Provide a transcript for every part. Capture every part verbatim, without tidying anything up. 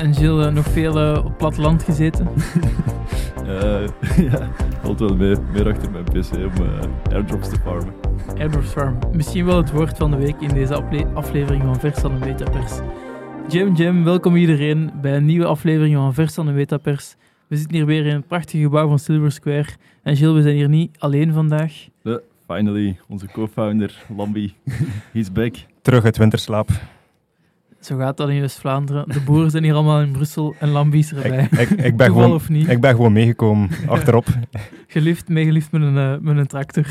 En Gilles, uh, nog veel uh, op het platteland gezeten? uh, ja, altijd wel meer, meer achter mijn pc om uh, airdrops te farmen. Airdrops farmen. Misschien wel het woord van de week in deze afle- aflevering van Vers van de Metapers. Jim, Jim, welkom iedereen bij een nieuwe aflevering van Vers van de Metapers. We zitten hier weer in het prachtige gebouw van Silver Square. En Gilles, we zijn hier niet alleen vandaag. Uh, finally, onze co-founder, Lambi, he's back. Terug uit winterslaap. Zo gaat dat in West-Vlaanderen. De boeren zijn hier allemaal in Brussel en Lambi is erbij. Ik, ik, ik, ben, gewoon, of niet? ik ben gewoon meegekomen, achterop. Geliefd, meegeliefd met een, uh, met een tractor.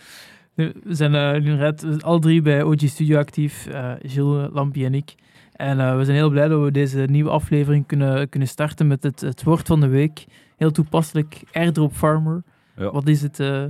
We zijn uh, inderdaad al drie bij O G Studio actief, uh, Gilles, Lambi en ik. En uh, we zijn heel blij dat we deze nieuwe aflevering kunnen, kunnen starten met het, het woord van de week. Heel toepasselijk, airdrop farmer. Ja. Wat is het? Uh... Uh,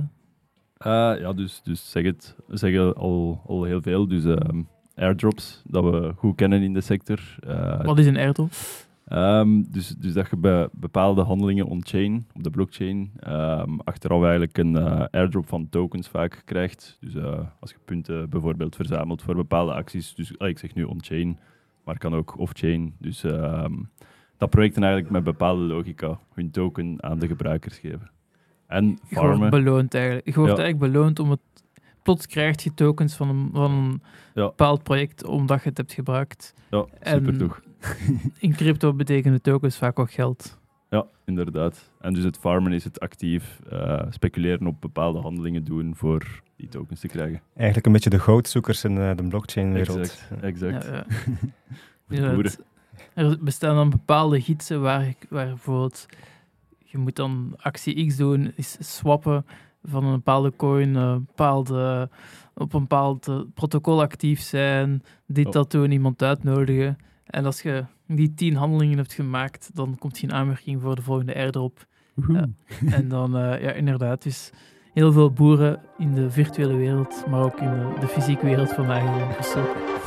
ja, dus, dus zeg het. We zeggen al, al heel veel. Dus uh, airdrops, dat we goed kennen in de sector. Uh, Wat is een airdrop? Um, dus, dus dat je bij bepaalde handelingen on-chain, op de blockchain, um, achteraf eigenlijk een uh, airdrop van tokens vaak krijgt. Dus uh, als je punten bijvoorbeeld verzamelt voor bepaalde acties. Dus uh, ik zeg nu on-chain, maar kan ook off-chain. Dus uh, dat projecten eigenlijk met bepaalde logica hun token aan de gebruikers geven. En farmen. Je wordt beloond eigenlijk. Je wordt ja. eigenlijk beloond om het... Plots krijg je tokens van een, van een ja. bepaald project omdat je het hebt gebruikt. Ja, super toch. In crypto betekenen tokens vaak ook geld. Ja, inderdaad. En dus het farmen is het actief uh, speculeren op bepaalde handelingen doen voor die tokens te krijgen. Eigenlijk een beetje de goudzoekers in uh, de blockchain-wereld. Exact, exact. Ja, ja. ja, het, er bestaan dan bepaalde gidsen waar, waar bijvoorbeeld je moet dan actie X doen, is swappen van een bepaalde coin, een bepaalde, op een bepaald uh, protocol actief zijn, dit, oh. dat doen, iemand uitnodigen. En als je die tien handelingen hebt gemaakt, dan komt je in aanmerking voor de volgende airdrop. Uh, en dan, uh, ja, inderdaad, dus heel veel boeren in de virtuele wereld, maar ook in de, de fysieke wereld vandaag in Brussel.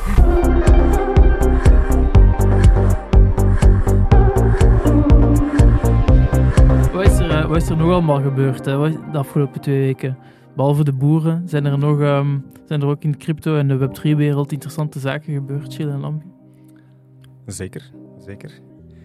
Wat is er, uh, wat is er nog allemaal gebeurd hè, de afgelopen twee weken? Behalve de boeren, zijn er, nog, um, zijn er ook in de crypto- en de web drie wereld interessante zaken gebeurd, Gilles en Lambi? Zeker, zeker.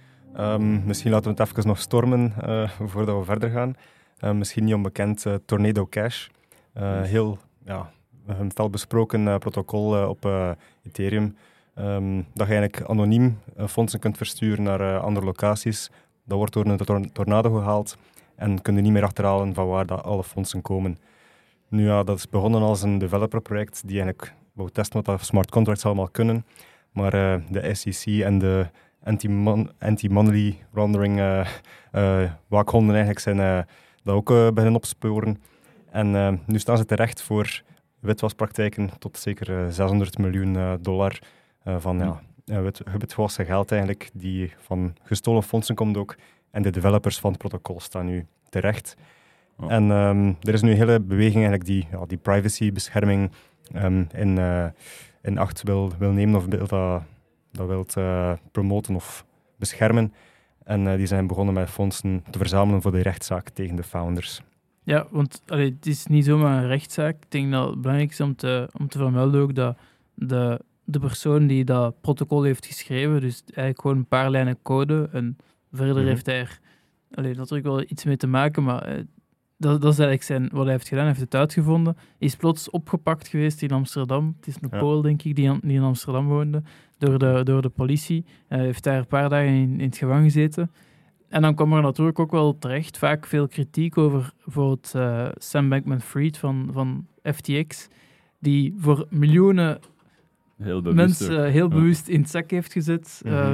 Um, misschien laten we het even nog stormen uh, voordat we verder gaan. Uh, misschien niet onbekend, uh, Tornado Cash. Uh, heel ja, een fel besproken uh, protocol uh, op uh, Ethereum. Um, dat je eigenlijk anoniem uh, fondsen kunt versturen naar uh, andere locaties. Dat wordt door een tor- tornado gehaald en kun je niet meer achterhalen van waar dat alle fondsen komen. Nu ja, dat is begonnen als een developerproject die eigenlijk wou testen wat smart contracts allemaal kunnen. Maar uh, de S E C en de anti-mon- anti-money laundering uh, uh, waakhonden eigenlijk zijn uh, dat ook uh, beginnen opsporen. En uh, nu staan ze terecht voor witwaspraktijken tot zeker uh, zeshonderd miljoen uh, dollar uh, van ja, uh, wit- witwassen geld eigenlijk, die van gestolen fondsen komt ook. En de developers van het protocol staan nu terecht. Oh. En um, er is nu een hele beweging eigenlijk die, ja, die privacybescherming um, in... Uh, in acht wil, wil nemen of wil dat, dat wilt uh, promoten of beschermen. En uh, die zijn begonnen met fondsen te verzamelen voor de rechtszaak tegen de founders. Ja, want allee, het is niet zomaar een rechtszaak. Ik denk dat het belangrijk is om te, om te vermelden ook dat de, de persoon die dat protocol heeft geschreven, dus eigenlijk gewoon een paar lijnen code, en verder mm-hmm. heeft hij er allee, natuurlijk wel iets mee te maken, maar... Uh, Dat, dat is eigenlijk zijn, wat hij heeft gedaan. Hij heeft het uitgevonden. Hij is plots opgepakt geweest in Amsterdam. Het is een ja. Pool, denk ik, die, an, die in Amsterdam woonde. Door de, door de politie. Hij heeft daar een paar dagen in, in het gevangen gezeten. En dan kwam er natuurlijk ook wel terecht vaak veel kritiek over bijvoorbeeld uh, Sam Bankman-Fried van, van F T X. Die voor miljoenen heel bewust mensen uh, heel bewust ja. in het zak heeft gezet. Mm-hmm.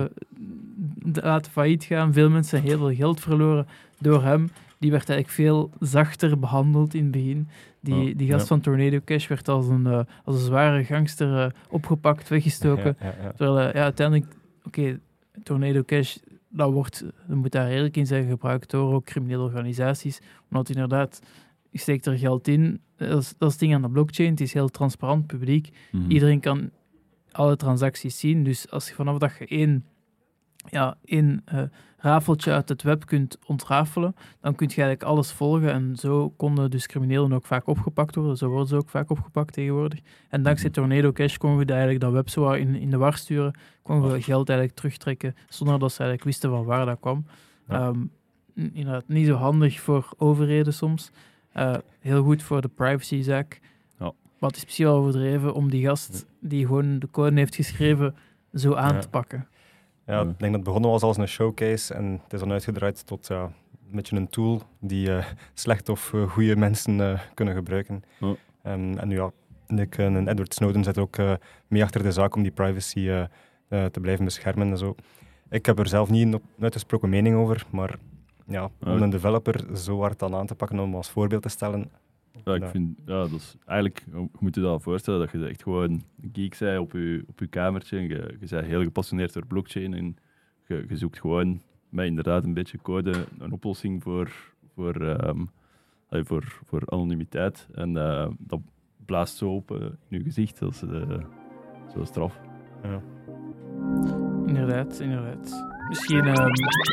Uh, laten failliet gaan. Veel mensen heel veel geld verloren door hem. Die werd eigenlijk veel zachter behandeld in het begin. Die, oh, die gast ja. van Tornado Cash werd als een, uh, als een zware gangster uh, opgepakt, weggestoken. Ja, ja, ja. Terwijl uh, ja, uiteindelijk, oké, okay, Tornado Cash, dat wordt, dat moet daar eerlijk in zijn, gebruikt door ook criminele organisaties. Omdat inderdaad, je steekt er geld in. Dat is, dat is het ding aan de blockchain. Het is heel transparant, publiek. Mm-hmm. Iedereen kan alle transacties zien. Dus als je vanaf dat je één ja, één uh, rafeltje uit het web kunt ontrafelen, dan kun je eigenlijk alles volgen en zo konden dus criminelen ook vaak opgepakt worden. Zo worden ze ook vaak opgepakt tegenwoordig. En dankzij Tornado Cash konden we eigenlijk dat web zo in, in de war sturen, konden we geld eigenlijk terugtrekken zonder dat ze eigenlijk wisten van waar dat kwam. Ja. Um, inderdaad, niet zo handig voor overheden soms. Uh, heel goed voor de privacyzaak. Ja. Maar het is misschien wel overdreven om die gast die gewoon de code heeft geschreven zo aan ja. te pakken. Ja, ik denk dat het begonnen was als een showcase en het is dan uitgedraaid tot ja, een beetje een tool die uh, slecht of uh, goede mensen uh, kunnen gebruiken. Ja. Um, en nu ja, ik, uh, Edward Snowden zit ook uh, mee achter de zaak om die privacy uh, uh, te blijven beschermen en zo. Ik heb er zelf niet een uitgesproken mening over, maar ja, om een developer zo hard dan aan te pakken om als voorbeeld te stellen. Ja, ik vind, ja, dat is eigenlijk, je moet je dat voorstellen, dat je echt gewoon een geek bent op je, op je kamertje en je, je bent heel gepassioneerd door blockchain en je, je zoekt gewoon met inderdaad een beetje code een oplossing voor, voor, um, allee, voor, voor anonimiteit en uh, dat blaast zo op uh, in je gezicht, dat is uh, zo straf. Ja. Inderdaad, inderdaad. Misschien, um,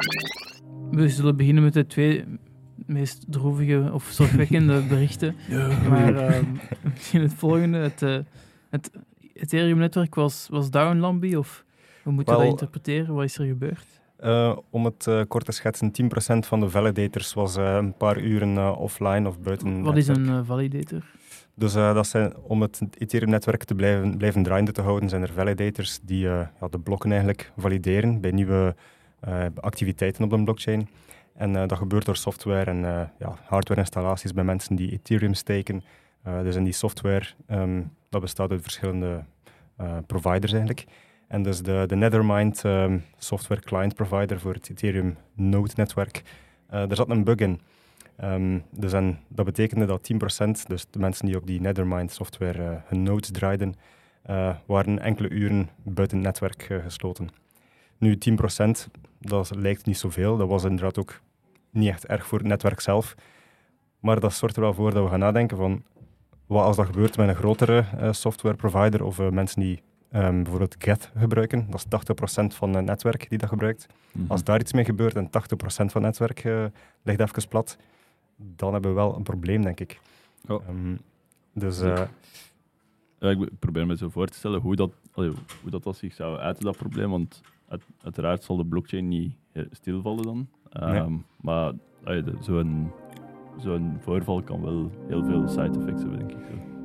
we zullen beginnen met de twee meest droevige of zorgwekkende berichten. Ja, maar um, misschien het volgende. Het, uh, het Ethereum-netwerk was, was down, Lambi? Of hoe moeten we well, dat interpreteren? Wat is er gebeurd? Uh, om het uh, kort te schetsen, tien procent van de validators was uh, een paar uren uh, offline of buiten. Wat is een uh, validator? Dus uh, dat zijn, om het Ethereum-netwerk te blijven, blijven draaiende te houden, zijn er validators die uh, ja, de blokken eigenlijk valideren bij nieuwe uh, activiteiten op de blockchain. En uh, dat gebeurt door software en uh, ja, hardware-installaties bij mensen die Ethereum staken. Uh, dus in die software, um, dat bestaat uit verschillende uh, providers eigenlijk. En dus de, de Nethermind um, software client provider voor het Ethereum node-netwerk, uh, daar zat een bug in. Um, dus en dat betekende dat tien procent, dus de mensen die op die Nethermind software uh, hun nodes draaiden, uh, waren enkele uren buiten het netwerk uh, gesloten. Nu, tien procent, dat lijkt niet zoveel. Dat was inderdaad ook niet echt erg voor het netwerk zelf. Maar dat zorgt er wel voor dat we gaan nadenken van wat als dat gebeurt met een grotere uh, software provider of uh, mensen die um, bijvoorbeeld Geth gebruiken. Dat is tachtig procent van het netwerk die dat gebruikt. Mm-hmm. Als daar iets mee gebeurt en tachtig procent van het netwerk uh, ligt even plat, dan hebben we wel een probleem, denk ik. Oh. Um, dus... Uh, ja, ik probeer me zo voor te stellen hoe dat, allee, hoe dat, dat zich zou uiten, dat probleem. Want uit, uiteraard zal de blockchain niet stilvallen dan. Um, nee. Maar allee, de, zo'n, zo'n voorval kan wel heel veel side effects hebben, denk ik.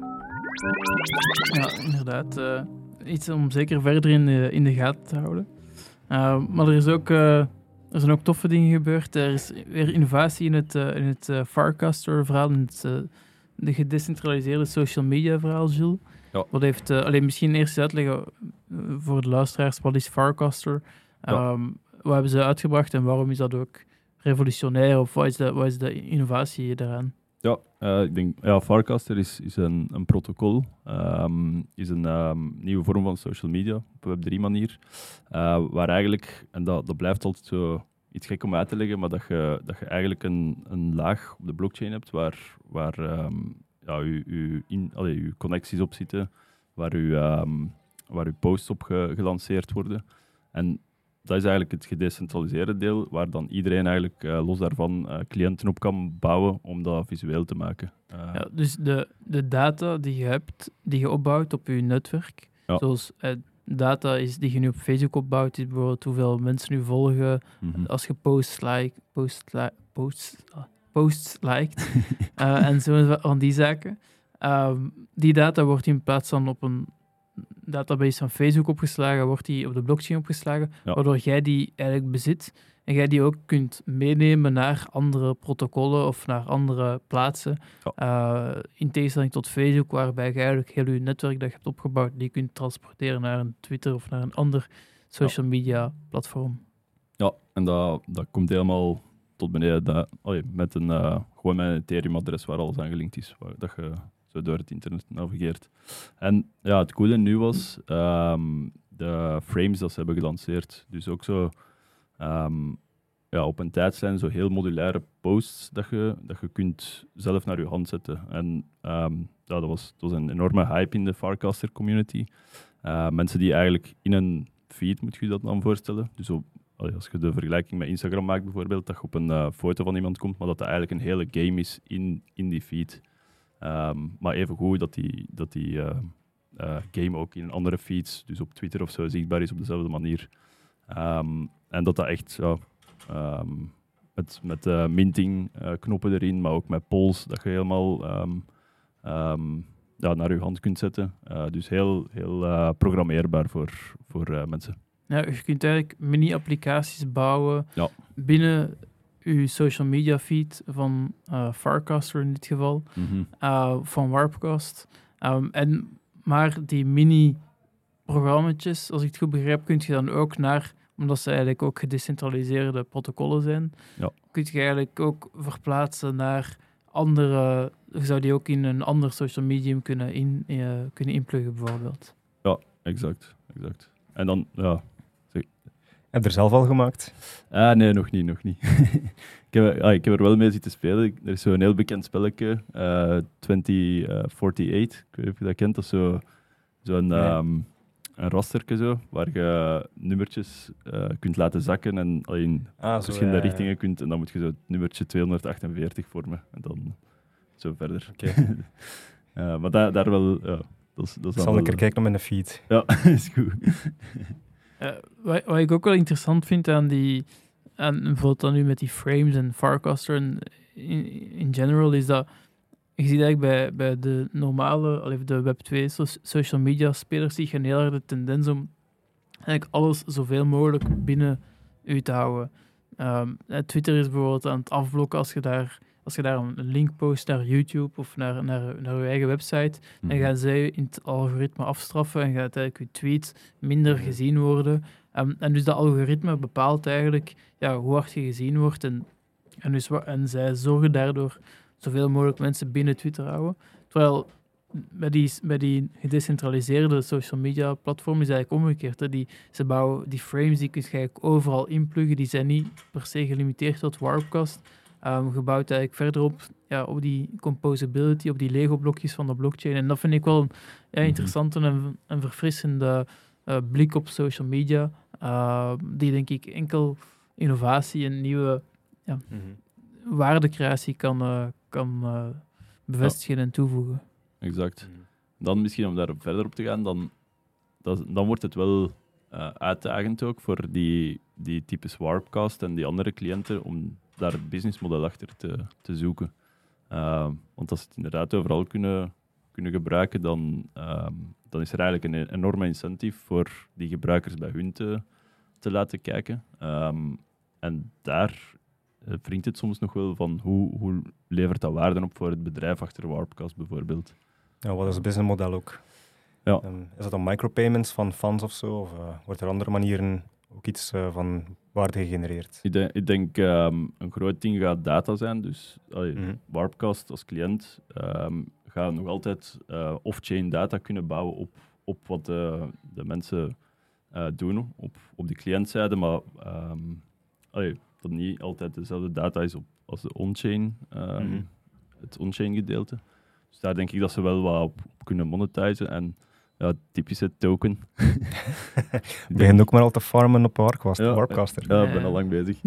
Ja, inderdaad. Uh, iets om zeker verder in de, in de gaten te houden. Uh, maar er, is ook, uh, er zijn ook toffe dingen gebeurd. Er is weer innovatie in het, uh, in het uh, Farcaster-verhaal, in het uh, de gedecentraliseerde social media-verhaal, Jules. Ja. Wat heeft, uh, alleen misschien eerst uitleggen uh, voor de luisteraars, wat is Farcaster? Um, ja. Wat hebben ze uitgebracht en waarom is dat ook revolutionair? Of wat is de, wat is de innovatie daaraan? Ja, uh, ik denk, ja, Farcaster is, is een, een protocol, um, is een um, nieuwe vorm van social media op web drie manier, uh, waar eigenlijk, en dat, dat blijft altijd zo iets gek om uit te leggen, maar dat je, dat je eigenlijk een, een laag op de blockchain hebt waar, waar um, ja, je, je, in, allee, je connecties op zitten, waar je, um, waar je posts op ge, gelanceerd worden. En dat is eigenlijk het gedecentraliseerde deel, waar dan iedereen eigenlijk uh, los daarvan uh, cliënten op kan bouwen om dat visueel te maken. Uh, ja, dus de, de data die je hebt, die je opbouwt op je netwerk, ja. zoals uh, data is die je nu op Facebook opbouwt, is bijvoorbeeld hoeveel mensen nu volgen, mm-hmm. als je posts like, post li- posts, uh, posts liked, uh, en zo van die zaken. Um, die data wordt in plaats van op een database van Facebook opgeslagen, wordt die op de blockchain opgeslagen, ja. waardoor jij die eigenlijk bezit en jij die ook kunt meenemen naar andere protocollen of naar andere plaatsen. Ja. Uh, in tegenstelling tot Facebook, waarbij je eigenlijk heel je netwerk dat je hebt opgebouwd, die kunt transporteren naar een Twitter of naar een ander social media platform. Ja, en dat, dat komt helemaal tot beneden dat, oh ja, met een, uh, gewoon met een Ethereum-adres waar alles aan gelinkt is, waar, dat je door het internet navigeert. En ja, het coole nu was um, de frames dat ze hebben gelanceerd. Dus ook zo um, ja, op een tijdslijn zo heel modulaire posts dat je, dat je kunt zelf naar je hand zetten. En um, ja, dat, was, dat was een enorme hype in de Farcaster community. Uh, mensen die eigenlijk in een feed, moet je dat dan voorstellen. Dus op, als je de vergelijking met Instagram maakt bijvoorbeeld, dat je op een uh, foto van iemand komt, maar dat dat eigenlijk een hele game is in, in die feed. Um, maar even goed dat die, dat die uh, uh, game ook in andere feeds, dus op Twitter of zo, zichtbaar is op dezelfde manier. Um, en dat dat echt ja, um, met, met uh, minting uh, knoppen erin, maar ook met polls, dat je helemaal um, um, ja, naar je hand kunt zetten. Uh, dus heel, heel uh, programmeerbaar voor, voor uh, mensen. Ja, je kunt eigenlijk mini-applicaties bouwen ja. binnen je social media feed van uh, Farcaster in dit geval, mm-hmm. uh, van Warpcast. Um, en, maar die mini-programma's, als ik het goed begrijp, kun je dan ook naar, omdat ze eigenlijk ook gedecentraliseerde protocollen zijn, ja. kun je eigenlijk ook verplaatsen naar andere, je zou die ook in een ander social medium kunnen, in, uh, kunnen inpluggen bijvoorbeeld. Ja, exact. exact. En dan, ja... Heb je er zelf al gemaakt? Ah, nee, nog niet, nog niet. ik, heb, ah, ik heb er wel mee zitten spelen. Er is zo'n heel bekend spelletje, uh, twintig achtenzestig. Ik weet niet of je dat kent. Dat is zo, zo'n nee. um, een rasterke zo, waar je nummertjes uh, kunt laten zakken en in ah, verschillende zo, ja, richtingen ja. kunt. En dan moet je zo het nummertje tweehonderdachtenveertig vormen. En dan zo verder. Okay. uh, maar daar, daar wel... Ja, dat is, dat is ik zal wel, een keer kijken op mijn feed. Ja, is goed. Uh, wat, wat ik ook wel interessant vind aan die, aan bijvoorbeeld dan nu met die frames en Farcaster en in, in general, is dat je ziet eigenlijk bij, bij de normale, allee, de web twee so, social media spelers, zie je een heel erg de tendens om eigenlijk alles zoveel mogelijk binnen u te houden. Um, Twitter is bijvoorbeeld aan het afblokken als je daar, als je daar een link post naar YouTube of naar, naar, naar je eigen website, mm. dan gaan zij in het algoritme afstraffen en gaat eigenlijk je tweet minder gezien worden. Um, en dus dat algoritme bepaalt eigenlijk ja, hoe hard je gezien wordt en, en, dus, en zij zorgen daardoor zoveel mogelijk mensen binnen Twitter houden. Terwijl bij die, bij die gedecentraliseerde social media platformen is eigenlijk omgekeerd. Hè. Die, ze bouwen die frames, die kun je eigenlijk overal inpluggen, die zijn niet per se gelimiteerd tot Warpcast. Um, gebouwd eigenlijk verderop ja, op die composability, op die Lego-blokjes van de blockchain. En dat vind ik wel een ja, interessante en, en verfrissende uh, blik op social media, uh, die denk ik enkel innovatie en nieuwe ja, mm-hmm. waardecreatie kan, uh, kan uh, bevestigen ja. en toevoegen. Exact. Dan misschien om daar verder op te gaan, dan, dat, dan wordt het wel uh, uitdagend ook voor die, die types Warpcast en die andere cliënten om daar het businessmodel achter te, te zoeken. Uh, want als ze het inderdaad overal kunnen, kunnen gebruiken, dan, uh, dan is er eigenlijk een enorme incentive voor die gebruikers bij hun te, te laten kijken. Um, en daar uh, wringt het soms nog wel van hoe, hoe levert dat waarde op voor het bedrijf achter Warpcast bijvoorbeeld. Ja, wat is het businessmodel ook? Ja. Um, is dat dan micropayments van fans of zo? Of uh, wordt er andere manieren ook iets uh, van waarde gegenereerd? Ik denk, ik denk um, een groot ding gaat data zijn. Dus allee, mm-hmm. Warpcast als cliënt um, gaat nog altijd uh, off-chain data kunnen bouwen op, op wat uh, de mensen uh, doen op, op de cliëntzijde, maar um, allee, dat niet altijd dezelfde data is op, als de on-chain, um, mm-hmm. het on-chain gedeelte. Dus daar denk ik dat ze wel wat op, op kunnen monetizen. En ja, typische token. Je begint ook maar al te farmen op Warpcaster. Ja, Warpcaster. Ja, ik ben al lang bezig.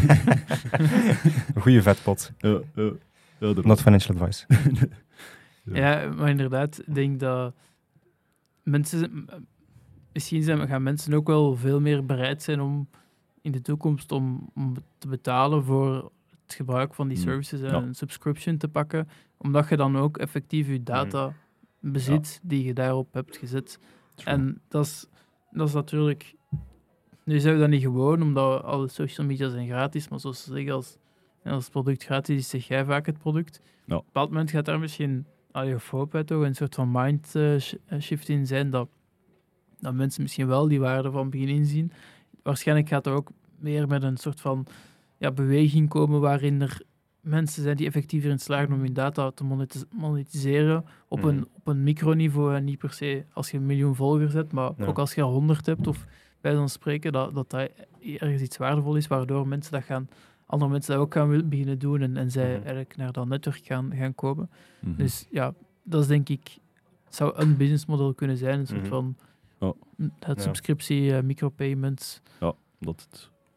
Een goede vetpot. Ja, ja, ja, Not financial advice. Ja, maar inderdaad, ik denk dat mensen... Misschien zijn, gaan mensen ook wel veel meer bereid zijn om in de toekomst om, om te betalen voor het gebruik van die services en ja. een subscription te pakken, omdat je dan ook effectief je data mm. bezit ja. die je daarop hebt gezet. True. En dat is, dat is natuurlijk... Nu zijn we dat niet gewoon, omdat alle social media zijn gratis, maar zoals ze zeggen, als, als het product gratis is, zeg jij vaak het product. Ja. Op een bepaald moment gaat daar misschien, allee, of hoop uit toch, een soort van mindshift in zijn, dat, dat mensen misschien wel die waarde van begin inzien. Waarschijnlijk gaat er ook meer met een soort van ja, beweging komen waarin er mensen zijn die effectiever in slagen om hun data te monetis- monetiseren op, mm. een, op een microniveau en niet per se als je een miljoen volgers hebt, maar ja. ook als je er honderd hebt of bij zo'n spreken, dat, dat dat ergens iets waardevol is, waardoor mensen dat gaan, andere mensen dat ook gaan beginnen doen en, en zij mm. eigenlijk naar dat netwerk gaan, gaan komen. Mm-hmm. Dus ja, dat is denk ik, het zou een businessmodel kunnen zijn, een soort mm-hmm. van oh. het subscriptie, uh, micropayments. Ja, dat het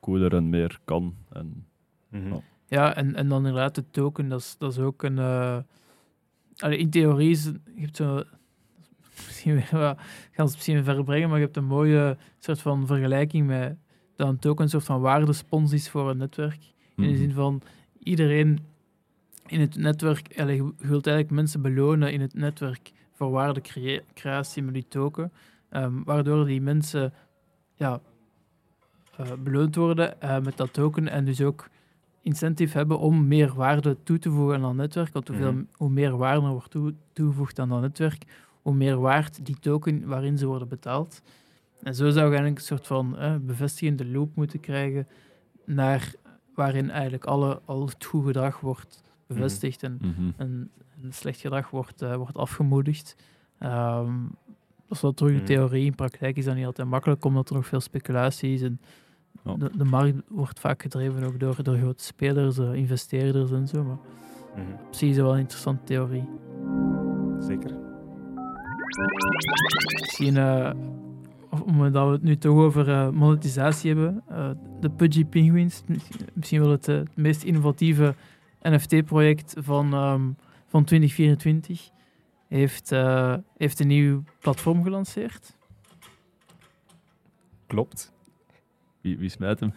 cooler en meer kan. En, Mhm. Ja. Ja, en, en dan inderdaad de token, dat is, dat is ook een... Uh, allee, in theorie is je hebt zo... Misschien weer, uh, gaan ze misschien ver brengen, maar je hebt een mooie soort van vergelijking met dat een token een soort van waardespons is voor een netwerk. In de zin van, iedereen in het netwerk, allee, je wilt eigenlijk mensen belonen in het netwerk voor waardecreatie met die token, um, waardoor die mensen ja, uh, beloond worden uh, met dat token en dus ook incentive hebben om meer waarde toe te voegen aan dat netwerk. Want hoeveel, mm-hmm. hoe meer waarde er wordt toe, toegevoegd aan dat netwerk, hoe meer waard die token waarin ze worden betaald. En zo zou je eigenlijk een soort van eh, bevestigende loop moeten krijgen naar waarin eigenlijk alle, al het goed gedrag wordt bevestigd en, mm-hmm. en, en slecht gedrag wordt, uh, wordt afgemoedigd. Um, dat is wel terug de theorie. In praktijk is dat niet altijd makkelijk, omdat er nog veel speculatie is. En ja. de, de markt wordt vaak gedreven ook door, door grote spelers, uh, investeerders en zo. Maar mm-hmm. op zich is dat wel een interessante theorie. Zeker. Misschien... Uh, omdat we het nu toch over uh, monetisatie hebben, uh, de Pudgy Penguins, misschien wel het, uh, het meest innovatieve N F T-project van, um, van twintig vierentwintig, heeft, uh, heeft een nieuw platform gelanceerd. Klopt. Wie, wie smijt hem?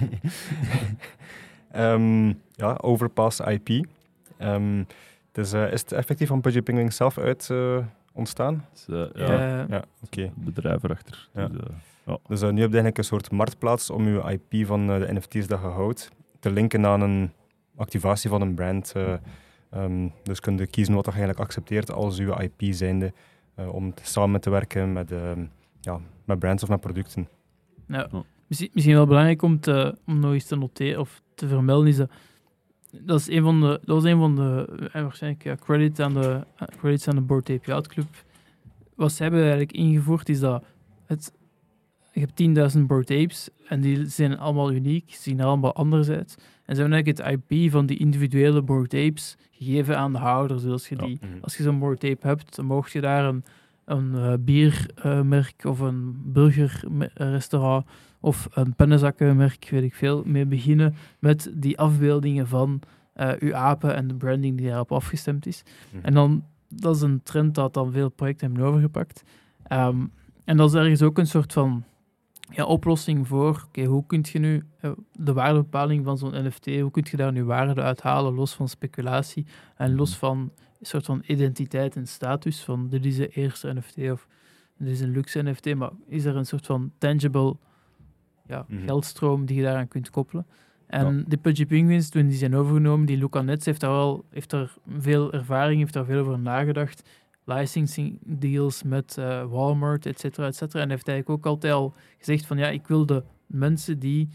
um, ja, Overpass I P. Um, dus uh, is het effectief van Pudgy Penguins zelf uit... Uh, ontstaan? Dus, uh, ja, uh, ja oké. Okay. Bedrijf erachter. Ja. Dus, uh, ja. dus uh, nu heb je eigenlijk een soort marktplaats om je I P van uh, de N F T's dat je houdt te linken aan een activatie van een brand. Uh, um, dus kun je kiezen wat je eigenlijk accepteert als je I P zijnde uh, om samen te werken met, uh, ja, met brands of met producten. Ja. Ja. Misschien, misschien wel belangrijk om, te, om nog eens te noteren of te vermelden is dat Dat, is een van de, dat was een van de eh, waarschijnlijk ja, credits aan de, uh, credits aan de Bored Ape Yacht Club. Wat ze hebben eigenlijk ingevoerd is dat het, je hebt tienduizend Bored Apes en die zijn allemaal uniek, zien er allemaal anders uit. En ze hebben eigenlijk het I P van die individuele Bored Apes gegeven aan de houders. Dus als je, die, Ja. als je zo'n Bored Ape hebt, dan mocht je daar een, een uh, biermerk uh, of een burgerrestaurant of een pennenzakkenmerk, weet ik veel, mee beginnen met die afbeeldingen van uh, uw apen en de branding die daarop afgestemd is. Mm-hmm. En dan, dat is een trend dat dan veel projecten hebben overgepakt. Um, en dat is ergens ook een soort van ja, oplossing voor, oké, okay, hoe kun je nu uh, de waardebepaling van zo'n N F T, hoe kun je daar nu waarde uithalen, los van speculatie en los van een soort van identiteit en status, van dit is de eerste N F T of dit is een luxe N F T, maar is er een soort van tangible ja, mm-hmm. geldstroom die je daaraan kunt koppelen. En ja. de Pudgy Penguins, toen die zijn overgenomen, die Luca Netz heeft daar wel heeft daar veel ervaring, heeft daar veel over nagedacht. Licensing deals met uh, Walmart, et cetera, et cetera. En heeft eigenlijk ook altijd al gezegd van ja, ik wil de mensen die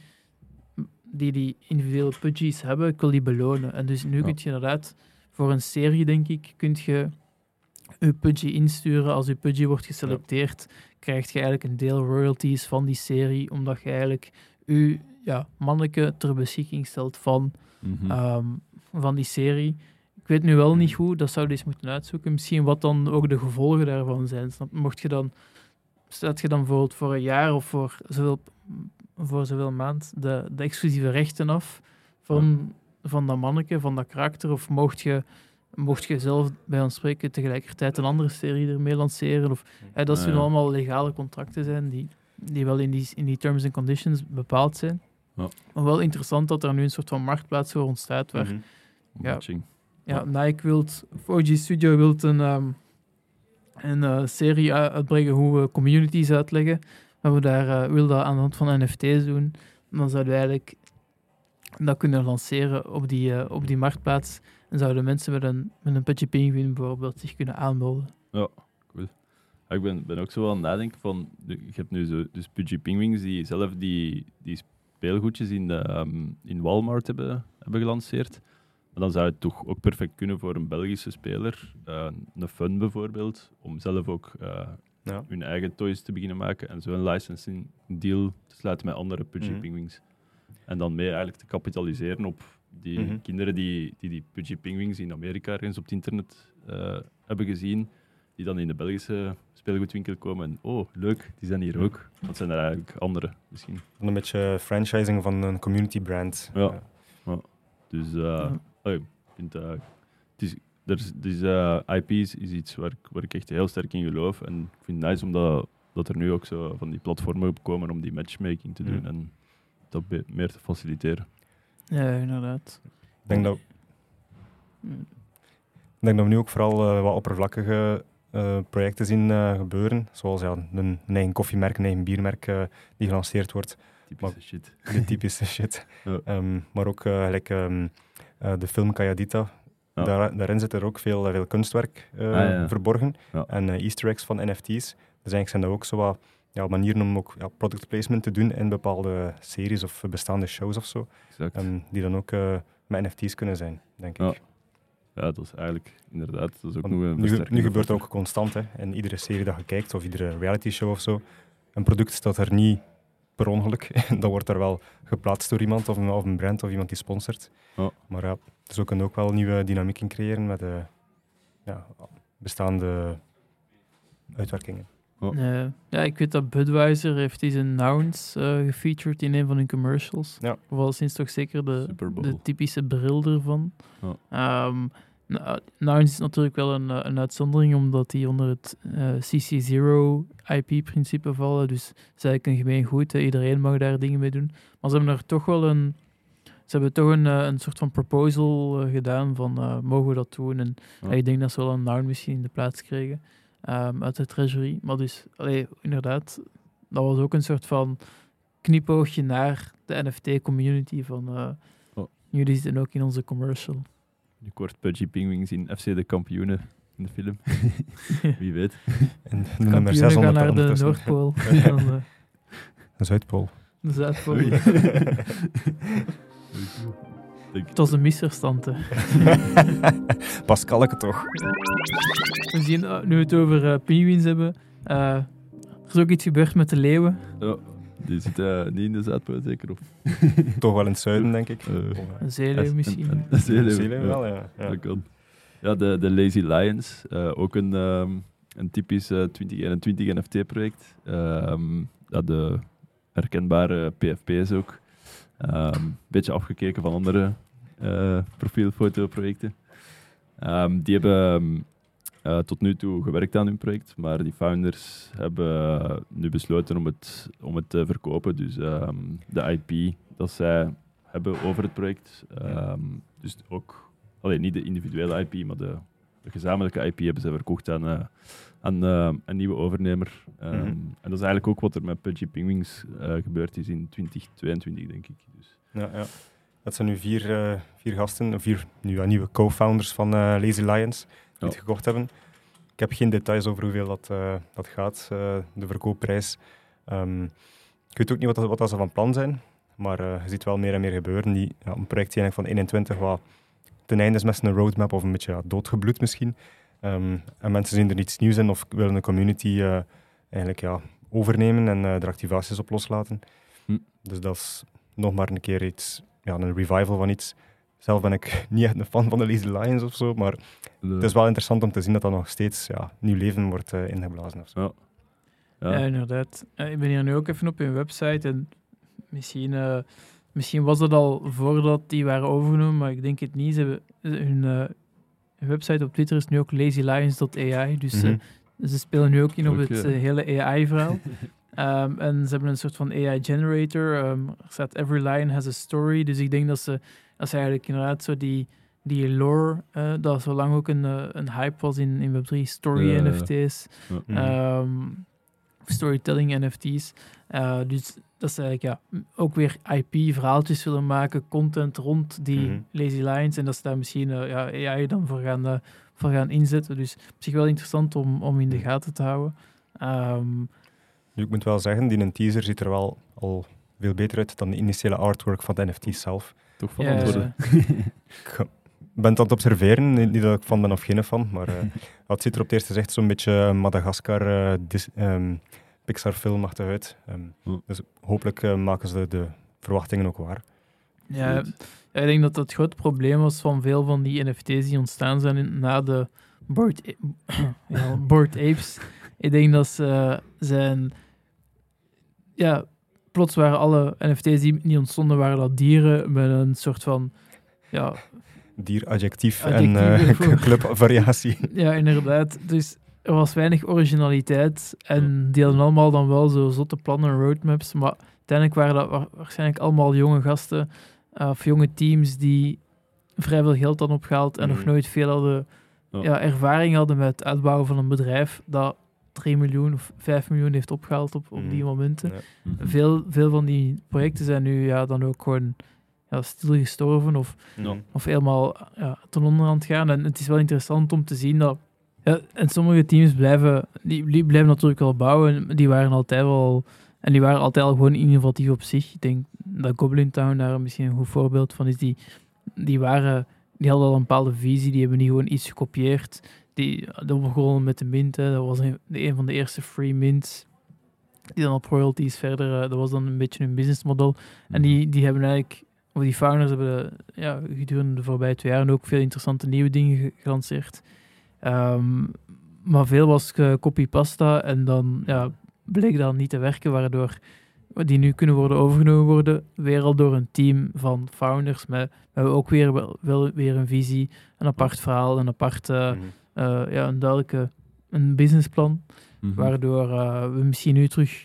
die, die individuele Pudgies hebben, ik wil die belonen. En dus nu ja. kun je inderdaad voor een serie, denk ik, kun je je Pudgy insturen. Als je Pudgy wordt geselecteerd, ja. krijg je eigenlijk een deel royalties van die serie, omdat je eigenlijk je ja, manneke ter beschikking stelt van, mm-hmm. um, van die serie. Ik weet nu wel niet hoe, dat zou je eens moeten uitzoeken. Misschien wat dan ook de gevolgen daarvan zijn. Mocht je dan, staat je dan bijvoorbeeld voor een jaar of voor zoveel, voor zoveel maand de, de exclusieve rechten af van, ja. van dat manneke, van dat karakter, of mocht je Mocht je zelf bij ons spreken tegelijkertijd een andere serie ermee lanceren? Of, ja, dat zullen ja, ja. allemaal legale contracten zijn die, die wel in die, in die terms and conditions bepaald zijn. Ja. Maar wel interessant dat er nu een soort van marktplaats voor ontstaat. Waar, mm-hmm. ja, ja, Nike wilt, O G Studio wilt een, um, een uh, serie uitbrengen hoe we communities uitleggen. Maar we daar uh, wil dat aan de hand van N F T's doen. Dan zouden we eigenlijk dat kunnen lanceren op die, uh, op die marktplaats. En zouden mensen met een, met een Pudgy Penguin bijvoorbeeld zich kunnen aanmelden. Ja, cool. Ja, ik ben, ben ook zo aan het nadenken van... De, je hebt nu zo dus Pudgy Penguins die zelf die, die speelgoedjes in, de, um, in Walmart hebben, hebben gelanceerd. Maar dan zou het toch ook perfect kunnen voor een Belgische speler. Uh, een Fun bijvoorbeeld, om zelf ook uh, ja. hun eigen toys te beginnen maken en zo een licensing deal te sluiten met andere Pudgy mm-hmm. Penguins. En dan mee eigenlijk te kapitaliseren op die mm-hmm. kinderen die, die die Pudgy Penguins in Amerika ergens op het internet uh, hebben gezien, die dan in de Belgische speelgoedwinkel komen en oh, leuk, die zijn hier ook. Wat zijn er eigenlijk andere misschien? Een beetje franchising van een community brand. Ja. ja. Dus uh, ja. Oh, ik vind, uh, het is, er is, dus, uh, I P's is iets waar ik, waar ik echt heel sterk in geloof. En ik vind het nice omdat dat er nu ook zo van die platformen komen om die matchmaking te doen mm. en dat be- meer te faciliteren. Ja, inderdaad. Ik denk dat, mm. ik denk dat we nu ook vooral uh, wat oppervlakkige uh, projecten zien uh, gebeuren. Zoals ja, een, een eigen koffiemerk, een eigen biermerk uh, die gelanceerd wordt. Typische maar, shit. De typische shit. Ja. Um, maar ook uh, gelijk, um, uh, de film Kayadita. Ja. Daar, daarin zit er ook veel, veel kunstwerk uh, ah, ja. verborgen. Ja. En uh, easter eggs van N F T's. Dus eigenlijk zijn dat ook zo wat ja, manieren om ook ja, product placement te doen in bepaalde series of bestaande shows of zo. Um, die dan ook uh, met N F T's kunnen zijn, denk ja. ik. Ja, dat is eigenlijk inderdaad... Dat is ook Want nog een nu, nu gebeurt dat ook constant, hè. In iedere serie dat je kijkt, of iedere reality show of zo. Een product staat er niet per ongeluk. Dan wordt er wel geplaatst door iemand, of een, of een brand, of iemand die sponsort. Ja. Maar ja, dus we kunnen ook wel nieuwe dynamiek in creëren met uh, ja, bestaande uitwerkingen. Oh. Uh, ja, ik weet dat Budweiser heeft eens een Nouns uh, gefeatured in een van hun commercials. Ja. Of al sinds toch zeker de, de typische bril ervan. Oh. Um, Nouns is natuurlijk wel een, een uitzondering, omdat die onder het uh, C C zero I P-principe vallen. Dus het is eigenlijk een gemeen goed. Hè. Iedereen mag daar dingen mee doen. Maar ze hebben er toch wel een... Ze hebben toch een, een soort van proposal uh, gedaan van uh, mogen we dat doen? En oh. uh, ik denk dat ze wel een Noun misschien in de plaats kregen. Um, uit de treasury. Maar dus, allee, inderdaad, dat was ook een soort van knipoogje naar de N F T-community van uh, oh. jullie zitten ook in onze commercial. Je kort Pudgy Penguins in F C de kampioenen in de film. Wie weet. En de nummer zes gaan naar de Noordpool. Dan, uh, de Zuidpool. De Zuidpool. Het was een misverstand, hè. Pascalke toch. We zien, uh, nu we het over uh, penguins hebben, uh, er is ook iets gebeurd met de leeuwen. Ja, die zitten uh, niet in de Zuidpool, zeker? Of? Toch wel in het zuiden, denk ik. Uh, een zeeleeuw misschien. Een, een zeeleeuw, zeeleeuw wel, ja. ja. Dat kan. Ja, de, de Lazy Lions, uh, ook een, um, een typisch uh, twintig eenentwintig N F T-project. Um, ja, de herkenbare P F P's ook. Een um, beetje afgekeken van andere uh, profielfotoprojecten. Um, die hebben um, uh, tot nu toe gewerkt aan hun project, maar die founders hebben uh, nu besloten om het, om het te verkopen. Dus um, de I P dat zij hebben over het project, um, dus ook alleen niet de individuele I P, maar de, de gezamenlijke I P hebben zij verkocht aan, uh, aan uh, een nieuwe overnemer. Um, mm-hmm. En dat is eigenlijk ook wat er met Pudgy Penguins uh, gebeurd is in twintig tweeëntwintig, denk ik. Dus. Ja, ja. Dat zijn nu vier, uh, vier gasten, vier nu, ja, nieuwe co-founders van uh, Lazy Lions die ja. het gekocht hebben. Ik heb geen details over hoeveel dat, uh, dat gaat, uh, de verkoopprijs. Um, ik weet ook niet wat, dat, wat dat ze van plan zijn, maar uh, je ziet wel meer en meer gebeuren. Die, ja, een project die van eenentwintig wat ten einde is met een roadmap of een beetje ja, doodgebloed misschien. Um, en mensen zien er niets nieuws in of willen de community uh, eigenlijk ja, overnemen en uh, er activaties op loslaten. Hm. Dus dat is nog maar een keer iets, ja, een revival van iets. Zelf ben ik niet echt een fan van de Lazy Lions of zo, maar nee. Het is wel interessant om te zien dat dat nog steeds ja, nieuw leven wordt uh, ingeblazen. Of zo. Ja. Ja. Ja, inderdaad. Ik ben hier nu ook even op hun website en misschien, uh, misschien was dat al voordat die waren overgenomen, maar ik denk het niet. Ze hebben, hun, uh, hun website op Twitter is nu ook lazy lions dot a i, dus mm-hmm. uh, ze spelen nu ook in op okay. het uh, hele A I-verhaal. Um, en ze hebben een soort van A I-generator. Um, er staat Every Lion has a story. Dus ik denk dat ze, dat ze eigenlijk inderdaad zo die, die lore, uh, dat zo lang ook een, uh, een hype was in, in Web drie, story ja, N F T's, ja. um, storytelling N F T's. Uh, dus dat ze eigenlijk ja, ook weer I P-verhaaltjes willen maken, content rond die mm-hmm. Lazy Lions. En dat ze daar misschien uh, ja, A I dan voor gaan, uh, voor gaan inzetten. Dus op zich wel interessant om, om in de gaten te houden. Um, Nu, ik moet wel zeggen, die een teaser ziet er wel al veel beter uit dan de initiële artwork van de N F T zelf. Toch van antwoorden. Ja, ik ben het aan het observeren, niet dat ik van ben of geen van, maar uh, het ziet er op het eerste zicht zo'n beetje Madagascar uh, dis, um, Pixar-filmachtig uit. Um, hm. Dus hopelijk uh, maken ze de, de verwachtingen ook waar. Ja, ja, ik denk dat dat het grote probleem was van veel van die N F T's die ontstaan zijn in, na de Bored, A- ja, Bored Apes. Ik denk dat ze zijn... Ja, plots waren alle N F T's die niet ontstonden, waren dat dieren met een soort van... Ja, Dier-adjectief en Adjectief uh, voor- clubvariatie. ja, inderdaad. Dus er was weinig originaliteit en die hadden allemaal dan wel zo zotte plannen en roadmaps, maar uiteindelijk waren dat wa- waarschijnlijk allemaal jonge gasten uh, of jonge teams die vrij veel geld hadden opgehaald en Mhm. nog nooit veel hadden, Ja. ja, ervaring hadden met het uitbouwen van een bedrijf dat drie miljoen of vijf miljoen heeft opgehaald op, op die Mhm. momenten. Ja. Mhm. Veel, veel van die projecten zijn nu ja, dan ook gewoon ja, stilgestorven of Ja. of helemaal ja, ten onder aan het gaan. En het is wel interessant om te zien dat... Ja, en sommige teams blijven, die, die blijven natuurlijk wel bouwen. Die waren altijd wel... En die waren altijd al gewoon innovatief op zich. Ik denk dat Goblin Town daar misschien een goed voorbeeld van is. Die, die, waren, die hadden al een bepaalde visie. Die hebben niet gewoon iets gekopieerd. Die, dat begon met de mint. Hè. Dat was een, de, een van de eerste free mints. Die dan op royalties verder... eh, dat was dan een beetje hun businessmodel. En die, die hebben eigenlijk... Of die founders hebben ja, gedurende de voorbije twee jaar ook veel interessante nieuwe dingen ge- gelanceerd. Ehm, maar veel was uh, copy-pasta en dan ja, bleek dat niet te werken, waardoor die nu kunnen worden overgenomen worden, weer al door een team van founders met, met ook weer, wel, wel weer een visie, een apart verhaal, een apart, uh, Mhm. uh, ja, een duidelijke een businessplan, Mhm. waardoor uh, we misschien nu terug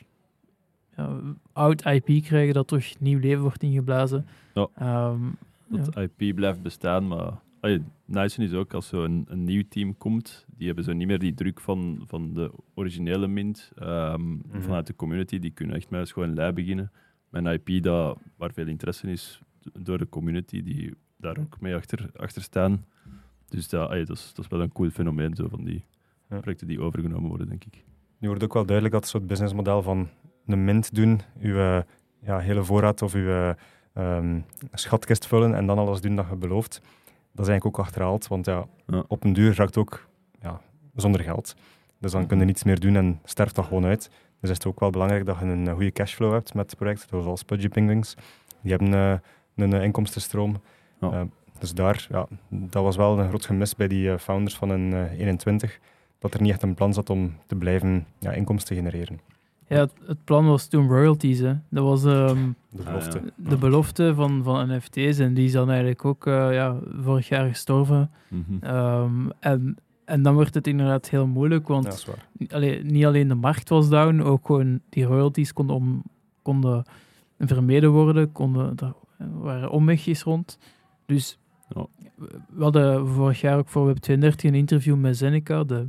ja, oud I P krijgen dat terug nieuw leven wordt ingeblazen. Ja. Ehm, Dat ja. I P blijft bestaan, maar allee, nice is ook als zo een, een nieuw team komt, die hebben zo niet meer die druk van, van de originele mint ehm, Mhm. vanuit de community, die kunnen echt met gewoon lui beginnen. Met een I P dat, waar veel interesse is door de community, die daar ook mee achter, achter staan. Dus dat, allee, dat, is, dat is wel een cool fenomeen, zo van die Ja. projecten die overgenomen worden, denk ik. Nu wordt ook wel duidelijk dat het soort businessmodel van een mint doen, uw uh, ja, hele voorraad of uw uh, um, schatkist vullen en dan alles doen dat je belooft, dat is eigenlijk ook achterhaald, want ja, Ja. op een duur raakt ook ja, zonder geld. Dus dan kun je niets meer doen en sterft dat gewoon uit. Dus is het ook wel belangrijk dat je een goede cashflow hebt met het project, zoals Pudgy Penguins. Die hebben uh, een uh, inkomstenstroom. Ja. Uh, dus daar, ja, dat was wel een groot gemis bij die uh, founders van een uh, eenentwintig, dat er niet echt een plan zat om te blijven ja, inkomsten genereren. Ja, het, het plan was toen royalties. Hè. Dat was ehm, De belofte. Ah, ja. de belofte van, van N F T's en die is dan eigenlijk ook uh, ja, vorig jaar gestorven. Mhm. Um, en, en dan wordt het inderdaad heel moeilijk, want Ja, dat is waar. allee, niet alleen de markt was down, ook gewoon die royalties konden, om, konden vermeden worden, konden, er waren omwegjes rond. Dus Ja. we hadden vorig jaar ook voor Web tweeëndertig een interview met Zeneca, de,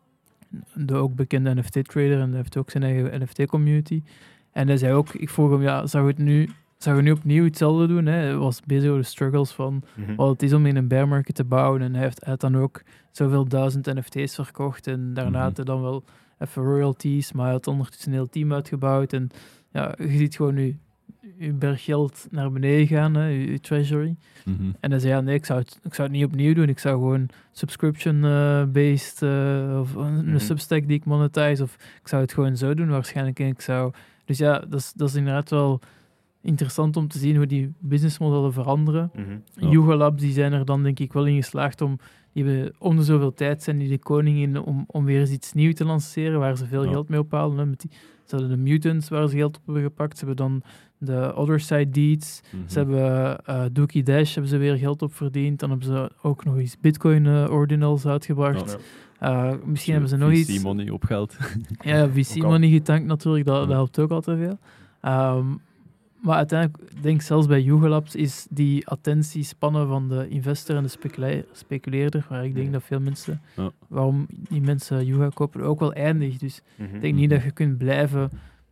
de ook bekende N F T-trader, en hij heeft ook zijn eigen N F T-community. En hij zei ook, ik vroeg hem, ja, zou het nu, zou je nu opnieuw hetzelfde doen? Hè? Hij was bezig over de struggles van Mhm. wat het is om in een bear market te bouwen. En hij heeft, hij heeft dan ook zoveel duizend N F T's verkocht. En daarna Mhm. had hij dan wel even royalties, maar hij had ondertussen een heel team uitgebouwd. En ja, je ziet gewoon nu je berg geld naar beneden gaan, hè, je, je treasury. Mhm. En hij zei, ja, nee, ik zou het, ik zou het niet opnieuw doen. Ik zou gewoon subscription-based uh, of een Mhm. Substack die ik monetize, of ik zou het gewoon zo doen waarschijnlijk. En ik zou... Dus ja, dat is, dat is inderdaad wel interessant om te zien hoe die businessmodellen veranderen. Mhm. Ja. Yuga Labs, die zijn er dan denk ik wel in geslaagd om, die hebben, om de zoveel tijd zijn die de koning in om, om weer eens iets nieuws te lanceren, waar ze veel Ja. geld mee ophalen. Hè. Met die, ze hadden de Mutants, waar ze geld op hebben gepakt. Ze hebben dan de Other Side Deeds. Mhm. Ze hebben uh, Dookie Dash, hebben ze weer geld op verdiend. Dan hebben ze ook nog eens Bitcoin uh, ordinals uitgebracht. Ja. Uh, misschien hebben ze nog V C iets... money opgehaald. Ja, V C Ook al. money getankt natuurlijk, dat, Ja. dat helpt ook altijd veel. Um, maar uiteindelijk, ik denk zelfs bij Yuga Labs is die attentiespannen van de investor en de specule- speculeerder, waar ik denk Ja. dat veel mensen, Ja. waarom die mensen Yuga kopen, ook wel eindig. Dus Mhm. ik denk niet dat je kunt blijven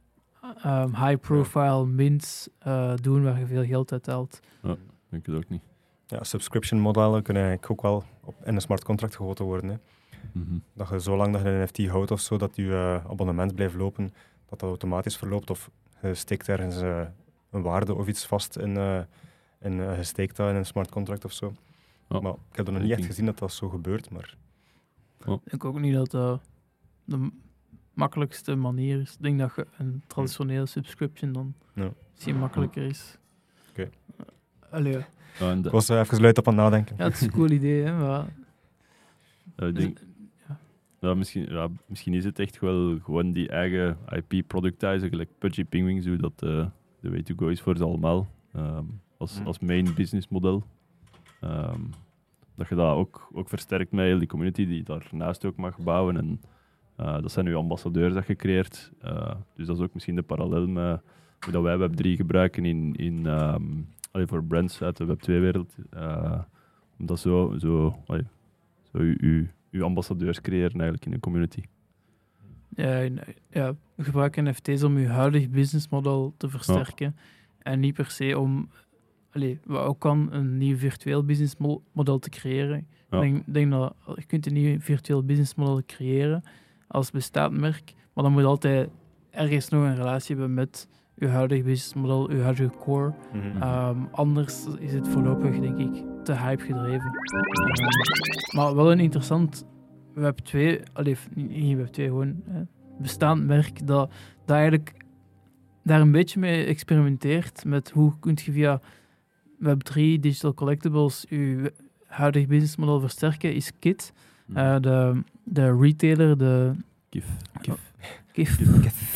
um, high-profile mints uh, doen waar je veel geld uit haalt. Ik weet het ook niet. Ja, subscription modellen kunnen eigenlijk ook wel op, in een smart contract gegoten worden. Hè. Mhm. Dat je zolang dat je een N F T houdt of zo, dat je uh, abonnement blijft lopen, dat dat automatisch verloopt. Of je steekt ergens uh, een waarde of iets vast in, uh, in uh, je steekt dat in een smart contract of zo. Ja. Maar ik heb er nog niet echt gezien dat dat zo gebeurt. Maar Ik denk ook niet dat dat de m- makkelijkste manier is. Ik denk dat je een traditionele subscription dan Ja. misschien makkelijker is. Oké. Uh, allee, ja. Ja, en de- ik was uh, even luid op aan het nadenken. Ja, het is een cool idee, hè, maar Uh, ik denk, ja, misschien, ja, misschien is het echt wel gewoon die eigen I P-productijen, gelijk Pudgy Penguins, hoe dat uh, de way to go is voor ze allemaal. Um, als, als main business model. Um, dat je dat ook, ook versterkt met heel die community die daarnaast ook mag bouwen. En uh, dat zijn nu ambassadeurs dat je creëert. Uh, dus dat is ook misschien de parallel met hoe dat wij Web drie gebruiken in, in, um, allee, voor brands uit de Web twee-wereld. Uh, om dat zo, zo, allee, zo u, u, uw ambassadeurs creëren eigenlijk in een community. Ja, ja, gebruik N F T's om je huidig businessmodel te versterken. Ja. En niet per se om, allee, wat ook kan, een nieuw virtueel businessmodel te creëren. Ja. Ik denk, denk dat je kunt een nieuw virtueel businessmodel creëren als bestaand merk, maar dan moet je altijd ergens nog een relatie hebben met je huidige businessmodel, je huidige core. Mm-hmm. Um, anders is het voorlopig, denk ik, te hype gedreven. Um, maar wel een interessant Web twee, allee, niet Web twee, gewoon eh, bestaand merk dat, dat eigenlijk daar een beetje mee experimenteert met hoe kun je via Web drie, Digital Collectibles, je huidig businessmodel versterken, is Kit. Mm. Uh, de, de retailer, de... Kif. Kif. Kif. Kif.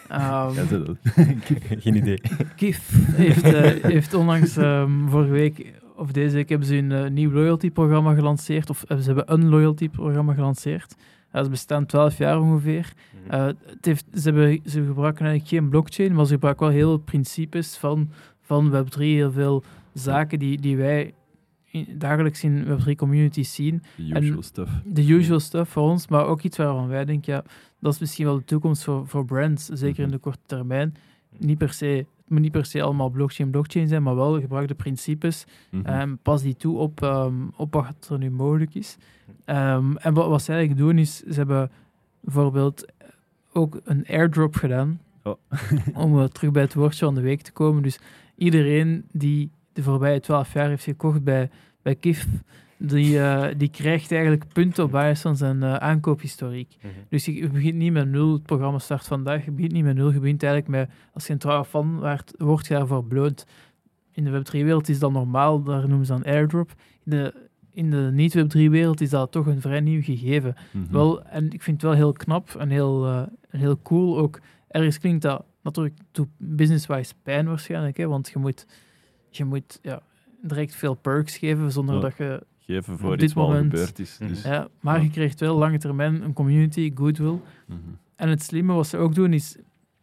Um, Geen idee. Kif heeft, uh, heeft onlangs um, vorige week of deze week hebben ze een uh, nieuw loyalty-programma gelanceerd, of uh, ze hebben een loyalty-programma gelanceerd. Uh, ze bestaan twaalf jaar ongeveer. Uh, het heeft, ze, hebben, ze gebruiken eigenlijk geen blockchain, maar ze gebruiken wel heel veel principes van, van Web drie, heel veel zaken die, die wij in, dagelijks in Web drie communities zien. The usual en stuff. The usual stuff voor ons, maar ook iets waarvan wij denken, ja, dat is misschien wel de toekomst voor, voor brands, zeker mm-hmm. in de korte termijn. Niet per se, het moet niet per se allemaal blockchain-blockchain zijn, maar wel gebruik de principes mm-hmm. en pas die toe op, um, op wat er nu mogelijk is. Um, en wat, wat ze eigenlijk doen is, ze hebben bijvoorbeeld ook een airdrop gedaan, oh. om uh, terug bij het woordje van de week te komen. Dus iedereen die de voorbije twaalf jaar heeft gekocht bij, bij Kif, die, uh, die krijgt eigenlijk punten op basis van zijn uh, aankoophistoriek. Mm-hmm. Dus je, je begint niet met nul, het programma start vandaag, je begint niet met nul, je begint eigenlijk met, als je een trouwe fan waard, word je daarvoor beloond. In de Web drie-wereld is dat normaal, daar noemen ze dan airdrop. In de, in de niet-Web drie-wereld is dat toch een vrij nieuw gegeven. Mm-hmm. Wel, en ik vind het wel heel knap en heel, uh, heel cool. Ook ergens klinkt dat natuurlijk to business-wise pijn waarschijnlijk, hè, want je moet, je moet ja, direct veel perks geven zonder ja. dat je geven voor iets wat al gebeurd is. Dus. Ja, maar ja. je krijgt wel lange termijn een community, goodwill. Mm-hmm. En het slimme wat ze ook doen is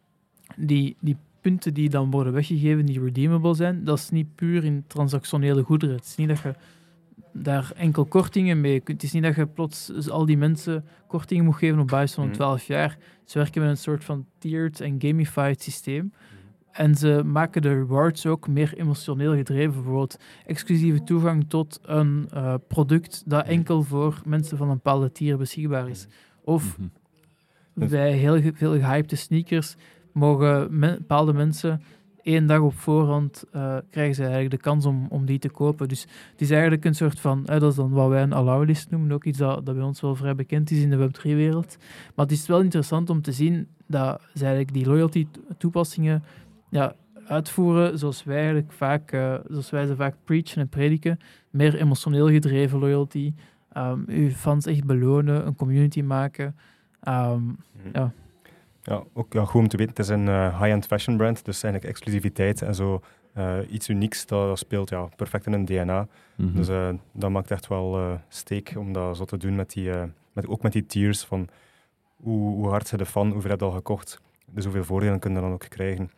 die, die punten die dan worden weggegeven, die redeemable zijn, dat is niet puur in transactionele goederen. Het is niet dat je daar enkel kortingen mee kunt. Het is niet dat je plots al die mensen kortingen moet geven op basis van mm-hmm. twaalf jaar. Ze werken met een soort van tiered en gamified systeem. Mm-hmm. En ze maken de rewards ook meer emotioneel gedreven. Bijvoorbeeld exclusieve toegang tot een uh, product dat enkel voor mensen van een bepaalde tier beschikbaar is. Of mm-hmm. bij heel ge- veel gehypte sneakers mogen me- bepaalde mensen één dag op voorhand uh, krijgen ze eigenlijk de kans om, om die te kopen. Dus het is eigenlijk een soort van, eh, dat is dan wat wij een allow-list noemen, ook iets dat, dat bij ons wel vrij bekend is in de Web drie-wereld. Maar het is wel interessant om te zien dat ze eigenlijk die loyalty-toepassingen ja, uitvoeren zoals wij eigenlijk vaak, uh, zoals wij ze vaak preachen en prediken. Meer emotioneel gedreven loyalty. Um, uw fans echt belonen, een community maken. Um, mm. ja. Ja, ook ja, goed om te weten, het is een uh, high-end fashion brand, dus eigenlijk exclusiviteit en zo uh, iets unieks, dat, dat speelt ja, perfect in een D N A. Mm-hmm. Dus uh, dat maakt echt wel uh, steek om dat zo te doen, met die, uh, met, ook met die tiers van hoe, hoe hard ze de fan, hoeveel heb je al gekocht, dus hoeveel voordelen kunnen je dan ook krijgen.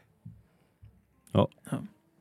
Ja. ja.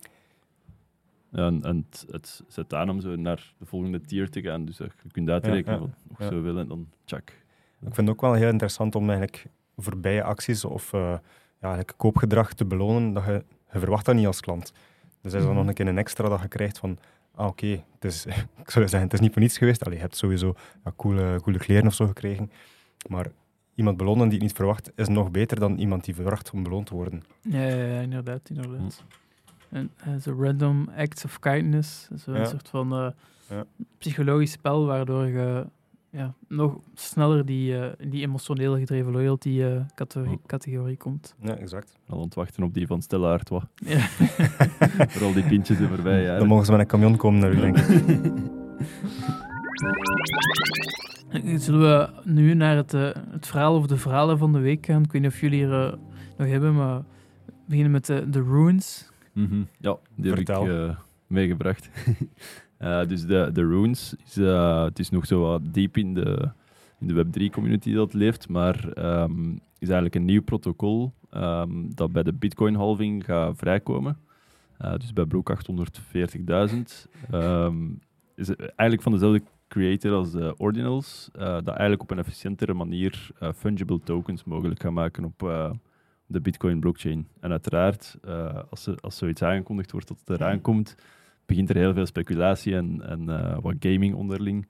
Ja, en, en het, het zet aan om zo naar de volgende tier te gaan, dus uh, je kunt uitrekenen ja, ja, wat je ja. zo wil en dan check. Ik vind het ook wel heel interessant om eigenlijk voorbije acties of uh, ja, eigenlijk koopgedrag te belonen, dat je, je verwacht dat niet als klant. Dus er is dan nog een keer een extra dat je krijgt van, ah oké, okay, ik zou zeggen, het is niet voor niets geweest. Allee, je hebt sowieso ja, coole, coole kleren of zo gekregen, maar iemand belonen die het niet verwacht, is nog beter dan iemand die verwacht om beloond te worden. Ja, ja, ja inderdaad, inderdaad. Hm. En uh, zo random acts of kindness, zo een ja. soort van uh, ja. psychologisch spel, waardoor je ja, nog sneller die, uh, die emotioneel gedreven loyalty uh, categorie, categorie komt. Ja, exact. Al ontwachten op die van Stella Artois. Ja. Voor al die pintjes er voorbij. Ja. Dan mogen ze met een camion komen naar u, denk ik. Zullen we nu naar het, uh, het verhaal of de verhalen van de week gaan? Ik weet niet of jullie er uh, nog hebben, maar we beginnen met de, de runes. Mm-hmm. Ja, die Vertel. heb ik uh, meegebracht. uh, dus de, de runes, is, uh, het is nog zo wat diep in de, in de web drie community dat leeft, maar um, is eigenlijk een nieuw protocol um, dat bij de Bitcoin halving gaat vrijkomen. Uh, dus bij blok achthonderdveertigduizend. Um, is eigenlijk van dezelfde creator als de ordinals, uh, dat eigenlijk op een efficiëntere manier uh, fungible tokens mogelijk gaan maken op uh, de Bitcoin blockchain. En uiteraard, uh, als, ze, als zoiets aangekondigd wordt dat het eraan komt, begint er heel veel speculatie en, en uh, wat gaming onderling.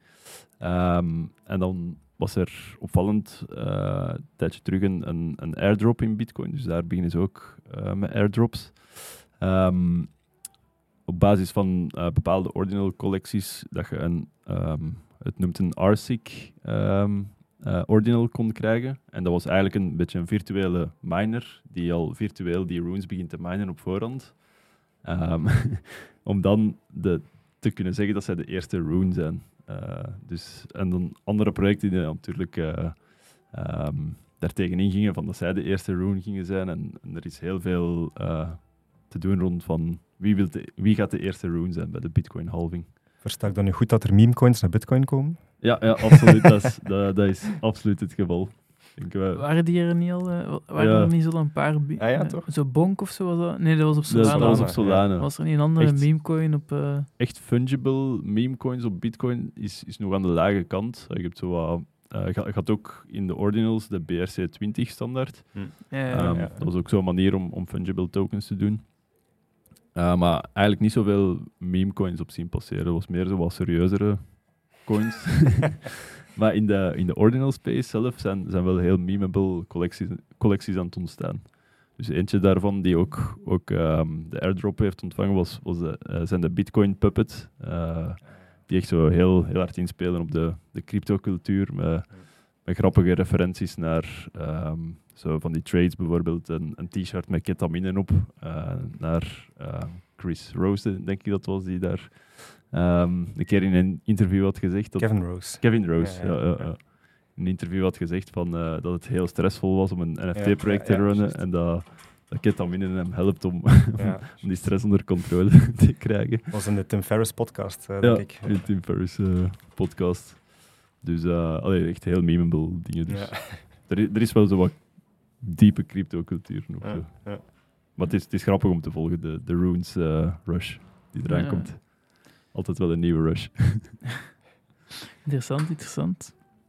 Um, en dan was er opvallend uh, een tijdje terug een, een, een airdrop in Bitcoin, dus daar beginnen ze ook uh, met airdrops. Um, op basis van uh, bepaalde ordinal collecties, dat je een, um, het noemt een R S I C um, uh, ordinal kon krijgen. En dat was eigenlijk een beetje een virtuele miner, die al virtueel die runes begint te minen op voorhand. Um, om dan de, te kunnen zeggen dat zij de eerste rune zijn. Uh, dus, en dan andere projecten die natuurlijk uh, um, daartegenin gingen, van dat zij de eerste rune gingen zijn. En, en er is heel veel uh, te doen rond van wie, wil de, wie gaat de eerste rune zijn bij de Bitcoin halving. Versta ik dan nu goed dat er memecoins naar Bitcoin komen? Ja, ja absoluut. dat, is, dat, dat is absoluut het geval. Denk, uh, waren die er niet al? Uh, waren ja. er niet zo een paar? Bi- ah, ja, uh, toch? Zo Bonk of zo was dat? Nee, dat was op Solana. Dat was op Solana. Was er niet een andere Echt. memecoin op... Uh... Echt fungible memecoins op Bitcoin is, is nog aan de lage kant. Je hebt zo wat... Uh, je had ook in de ordinals de B R C twintig standaard. Hm. Ja, ja, Um, ja. Dat was ook zo'n manier om, om fungible tokens te doen. Uh, maar eigenlijk niet zoveel memecoins op zien passeren. Dat was meer zo wat serieuzere coins. Maar in de, in de ordinal space zelf zijn, zijn wel heel memeable collecties, collecties aan het ontstaan. Dus eentje daarvan die ook, ook um, de airdrop heeft ontvangen was, was de, uh, zijn de Bitcoin Puppet. Uh, die echt zo heel, heel hard inspelen op de, de cryptocultuur. Met, met grappige referenties naar um, zo van die trades, bijvoorbeeld een, een t-shirt met ketamine op. Uh, naar uh, Chris Rose, denk ik dat was, die daar um, een keer in een interview had gezegd. Dat Kevin Rose. Kevin Rose, Ja, ja, ja, ja, ja. ja. In een interview had gezegd van, uh, dat het heel stressvol was om een N F T-project Ja, ja, te ja, runnen juist. en dat, dat ketamine hem helpt om, Ja. om die stress onder controle te krijgen. Dat was in de Tim Ferriss podcast, uh, Ja, denk ik. in de Tim Ferriss uh, podcast. Dus uh, allee, echt heel memeable dingen. Dus. Ja. Er, is, er is wel zo wat diepe cryptocultuur nog. Ja, Zo. ja. Maar het is, het is grappig om te volgen, de, de Runes uh, Rush die eraan Ja. komt. Altijd wel een nieuwe rush. Interessant, interessant.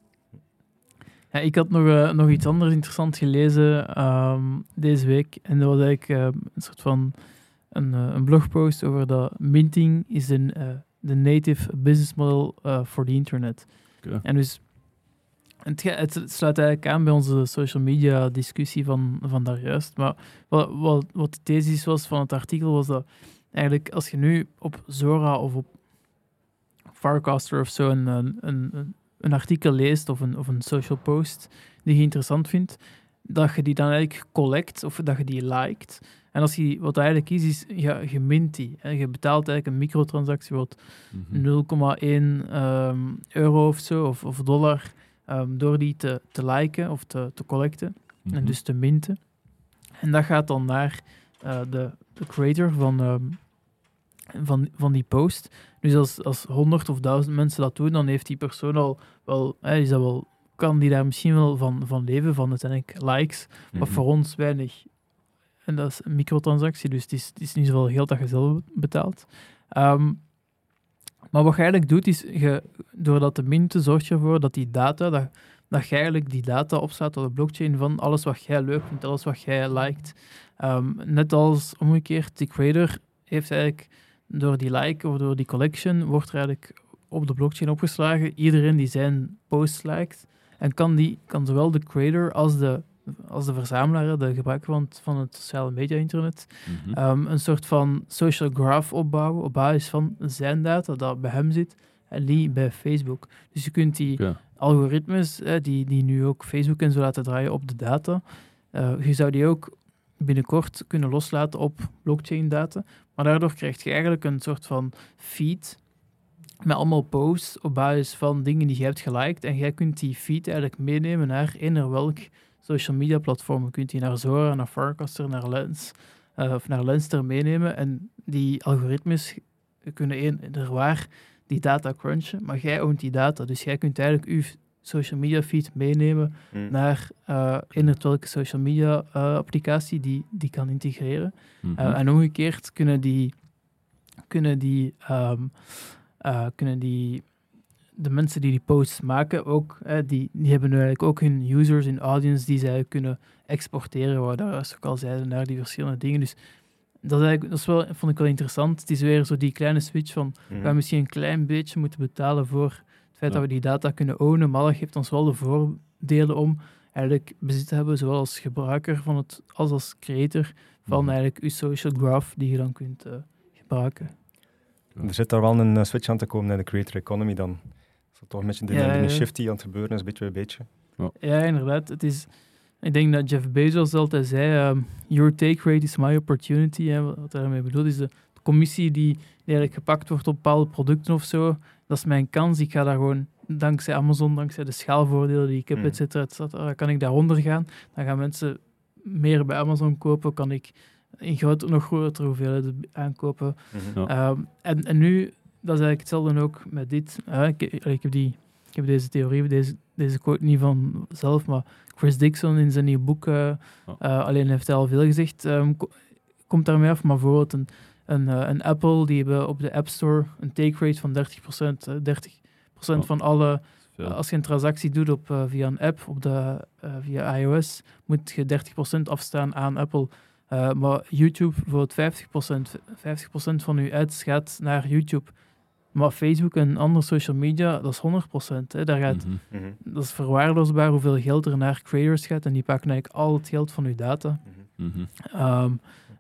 Ja, ik had nog, uh, nog iets anders interessant gelezen um, deze week. En dat was eigenlijk uh, een soort van een, uh, een blogpost over dat minting is een uh, the native business model uh, for the internet. Okay. En dus het, ge- het sluit eigenlijk aan bij onze social media discussie van, van daarjuist. Maar wat, wat, wat de thesis was van het artikel was dat eigenlijk als je nu op Zora of op Farcaster of zo een, een, een, een artikel leest of een, of een social post die je interessant vindt, dat je die dan eigenlijk collect of dat je die liked. En als je, wat dat eigenlijk is, is ja, je mint die. Hè. Je betaalt eigenlijk een microtransactie, wat Mm-hmm. nul komma één um, euro of zo, of, of dollar, um, door die te, te liken of te, te collecten. Mm-hmm. En dus te minten. En dat gaat dan naar uh, de, de creator van, um, van, van die post. Dus als, als honderd of duizend mensen dat doen, dan heeft die persoon al wel, hè, is dat wel, kan die daar misschien wel van, van leven, van uiteindelijk likes, Mm-hmm. maar voor ons weinig. En dat is een microtransactie, dus het is, het is niet zoveel geld dat je zelf betaalt. Um, maar wat je eigenlijk doet, is, je, door dat te minten, zorg je ervoor dat die data, dat, dat je eigenlijk die data opslaat op de blockchain van alles wat jij leuk vindt, alles wat jij liked. Um, net als omgekeerd, die creator heeft eigenlijk door die like of door die collection, wordt er eigenlijk op de blockchain opgeslagen, iedereen die zijn post liked, en kan, die, kan zowel de creator als de, als de verzamelaar, de gebruiker van het, van het sociale media-internet, Mm-hmm. um, een soort van social graph opbouwen op basis van zijn data dat bij hem zit en die bij Facebook. Dus je kunt die Okay. algoritmes, hè, die, die nu ook Facebook en zo laten draaien op de data, uh, je zou die ook binnenkort kunnen loslaten op blockchain data, maar daardoor krijg je eigenlijk een soort van feed met allemaal posts op basis van dingen die je hebt geliked. En jij kunt die feed eigenlijk meenemen naar eender welk social media platform. Je kunt die naar Zora, naar Farcaster, naar Lens, uh, of naar Lenster meenemen. En die algoritmes kunnen één, er waar die data crunchen, maar jij ownt die data. Dus jij kunt eigenlijk je social media feed meenemen mm. naar uh, eender welke social media uh, applicatie die, die kan integreren. Mm-hmm. Uh, en omgekeerd kunnen die, kunnen die, um, uh, kunnen die de mensen die die posts maken ook, eh, die, die hebben nu eigenlijk ook hun users, hun audience die zij kunnen exporteren, waar daar ook al zeiden, naar die verschillende dingen. Dus dat, is eigenlijk, dat is wel, vond ik wel interessant. Het is weer zo die kleine switch van, mm-hmm. we misschien een klein beetje moeten betalen voor het feit ja. dat we die data kunnen ownen, maar dat geeft ons wel de voordelen om eigenlijk bezit te hebben, zowel als gebruiker van het, als als creator van mm-hmm. eigenlijk je social graph die je dan kunt uh, gebruiken. Er zit daar wel een uh, switch aan te komen naar de creator economy dan. Dat is toch een beetje de, ja, de shift die aan het gebeuren is, beetje bij beetje. Ja, ja inderdaad. Het is, ik denk dat Jeff Bezos altijd zei, um, your take rate is my opportunity. Hè, wat daarmee bedoelt is de, de commissie die, die eigenlijk gepakt wordt op bepaalde producten of zo. Dat is mijn kans. Ik ga daar gewoon, dankzij Amazon, dankzij de schaalvoordelen die ik heb, mm. et cetera, et cetera, kan ik daaronder gaan. Dan gaan mensen meer bij Amazon kopen, kan ik in groot, nog grotere hoeveelheden aankopen. Mm-hmm. Ja. Um, en, en nu, dat is eigenlijk hetzelfde ook met dit. Uh, ik, ik, heb die, ik heb deze theorie, deze, deze quote niet van zelf, maar Chris Dixon in zijn nieuw boek, uh, ja. uh, alleen heeft hij al veel gezegd, um, ko- komt daarmee af, maar bijvoorbeeld een, een, uh, een Apple, die hebben op de App Store een take rate van dertig procent. Uh, dertig procent ja. van alle, uh, als je een transactie doet op, uh, via een app, op de, uh, via iOS, moet je dertig procent afstaan aan Apple. Uh, maar YouTube, bijvoorbeeld vijftig procent, vijftig procent van uw ads gaat naar YouTube. Maar Facebook en andere social media, dat is honderd procent. Hè. Daar gaat, mm-hmm. Dat is verwaarloosbaar hoeveel geld er naar creators gaat. En die pakken eigenlijk al het geld van uw data mm-hmm. um,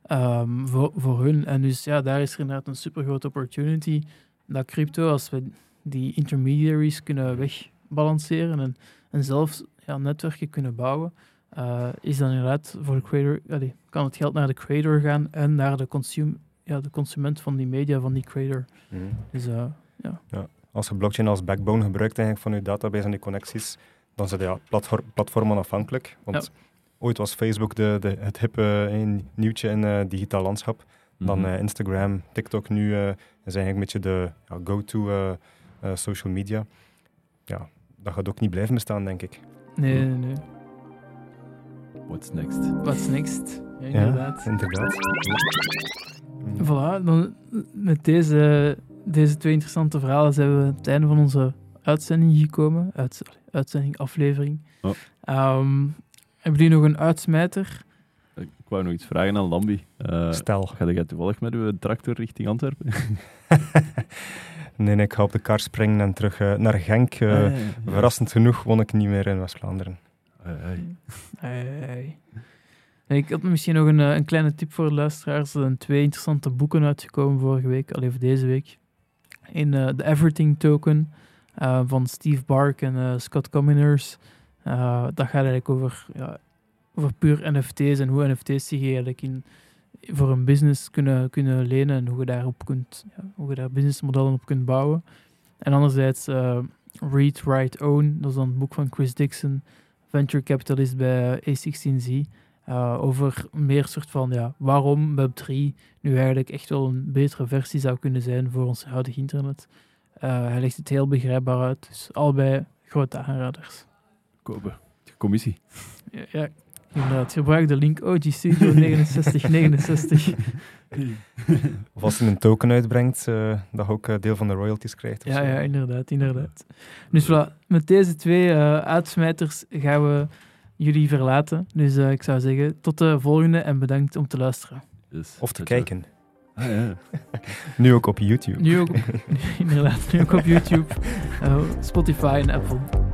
um, voor, voor hun. En dus ja, daar is er inderdaad een super grote opportunity. Dat crypto, als we die intermediaries kunnen wegbalanceren en, en zelfs ja, netwerken kunnen bouwen, Uh, is dan inderdaad voor de creator, allee, kan het geld naar de creator gaan en naar de, consum, ja, de consument van die media, van die creator. Mm-hmm. Dus, uh, ja. Ja, als je blockchain als backbone gebruikt eigenlijk van je database en die connecties, dan zijn ja, platform, platform onafhankelijk. Want ja. ooit was Facebook de, de, het hippe uh, nieuwtje in het uh, digitaal landschap. Dan mm-hmm. uh, Instagram, TikTok nu uh, is eigenlijk een beetje de ja, go-to uh, uh, social media. Ja, dat gaat ook niet blijven bestaan, denk ik. Nee, nee, nee. What's next? What's next? Ja, inderdaad. Ja, inderdaad. Voilà, dan met deze, deze twee interessante verhalen zijn we aan het einde van onze uitzending gekomen. Uit, uitzending, aflevering. Oh. Um, hebben jullie nog een uitsmijter? Ik wou nog iets vragen aan Lambi. Uh, Stel. Ga jij toevallig met uw tractor richting Antwerpen? Nee, nee, ik ga op de kar springen en terug uh, naar Genk. Uh, ah, ja, ja, ja. Verrassend genoeg won ik niet meer in West-Vlaanderen. Hey, hey. Hey, hey. Ik had misschien nog een, een kleine tip voor de luisteraars. Er zijn twee interessante boeken uitgekomen vorige week, alleen voor deze week. In uh, The Everything Token uh, van Steve Bark en uh, Scott Cominers. Uh, dat gaat eigenlijk over, ja, over puur N F T's en hoe N F T's zich eigenlijk in, voor een business kunnen, kunnen lenen en hoe je daarop kunt, ja, hoe je daar businessmodellen op kunt bouwen. En anderzijds uh, Read, Write, Own. Dat is dan het boek van Chris Dixon, venture capitalist bij A zestien Z, uh, over meer soort van ja, waarom Web drie nu eigenlijk echt wel een betere versie zou kunnen zijn voor ons huidige internet. Uh, hij legt het heel begrijpbaar uit, dus allebei grote aanraders. Kopen. Commissie. Ja, ja, inderdaad. Gebruik de link O G Studio negenenzestig negenenzestig. Of als hij een token uitbrengt, uh, dat je ook uh, deel van de royalties krijgt. Ja, ja, inderdaad, inderdaad. Dus voilà, met deze twee uh, uitsmijters gaan we jullie verlaten. Dus uh, ik zou zeggen, tot de volgende en bedankt om te luisteren. Yes. Of te kijken. Ah, ja. Nu ook op YouTube. Nu ook op, inderdaad, nu ook op YouTube, uh, Spotify en Apple.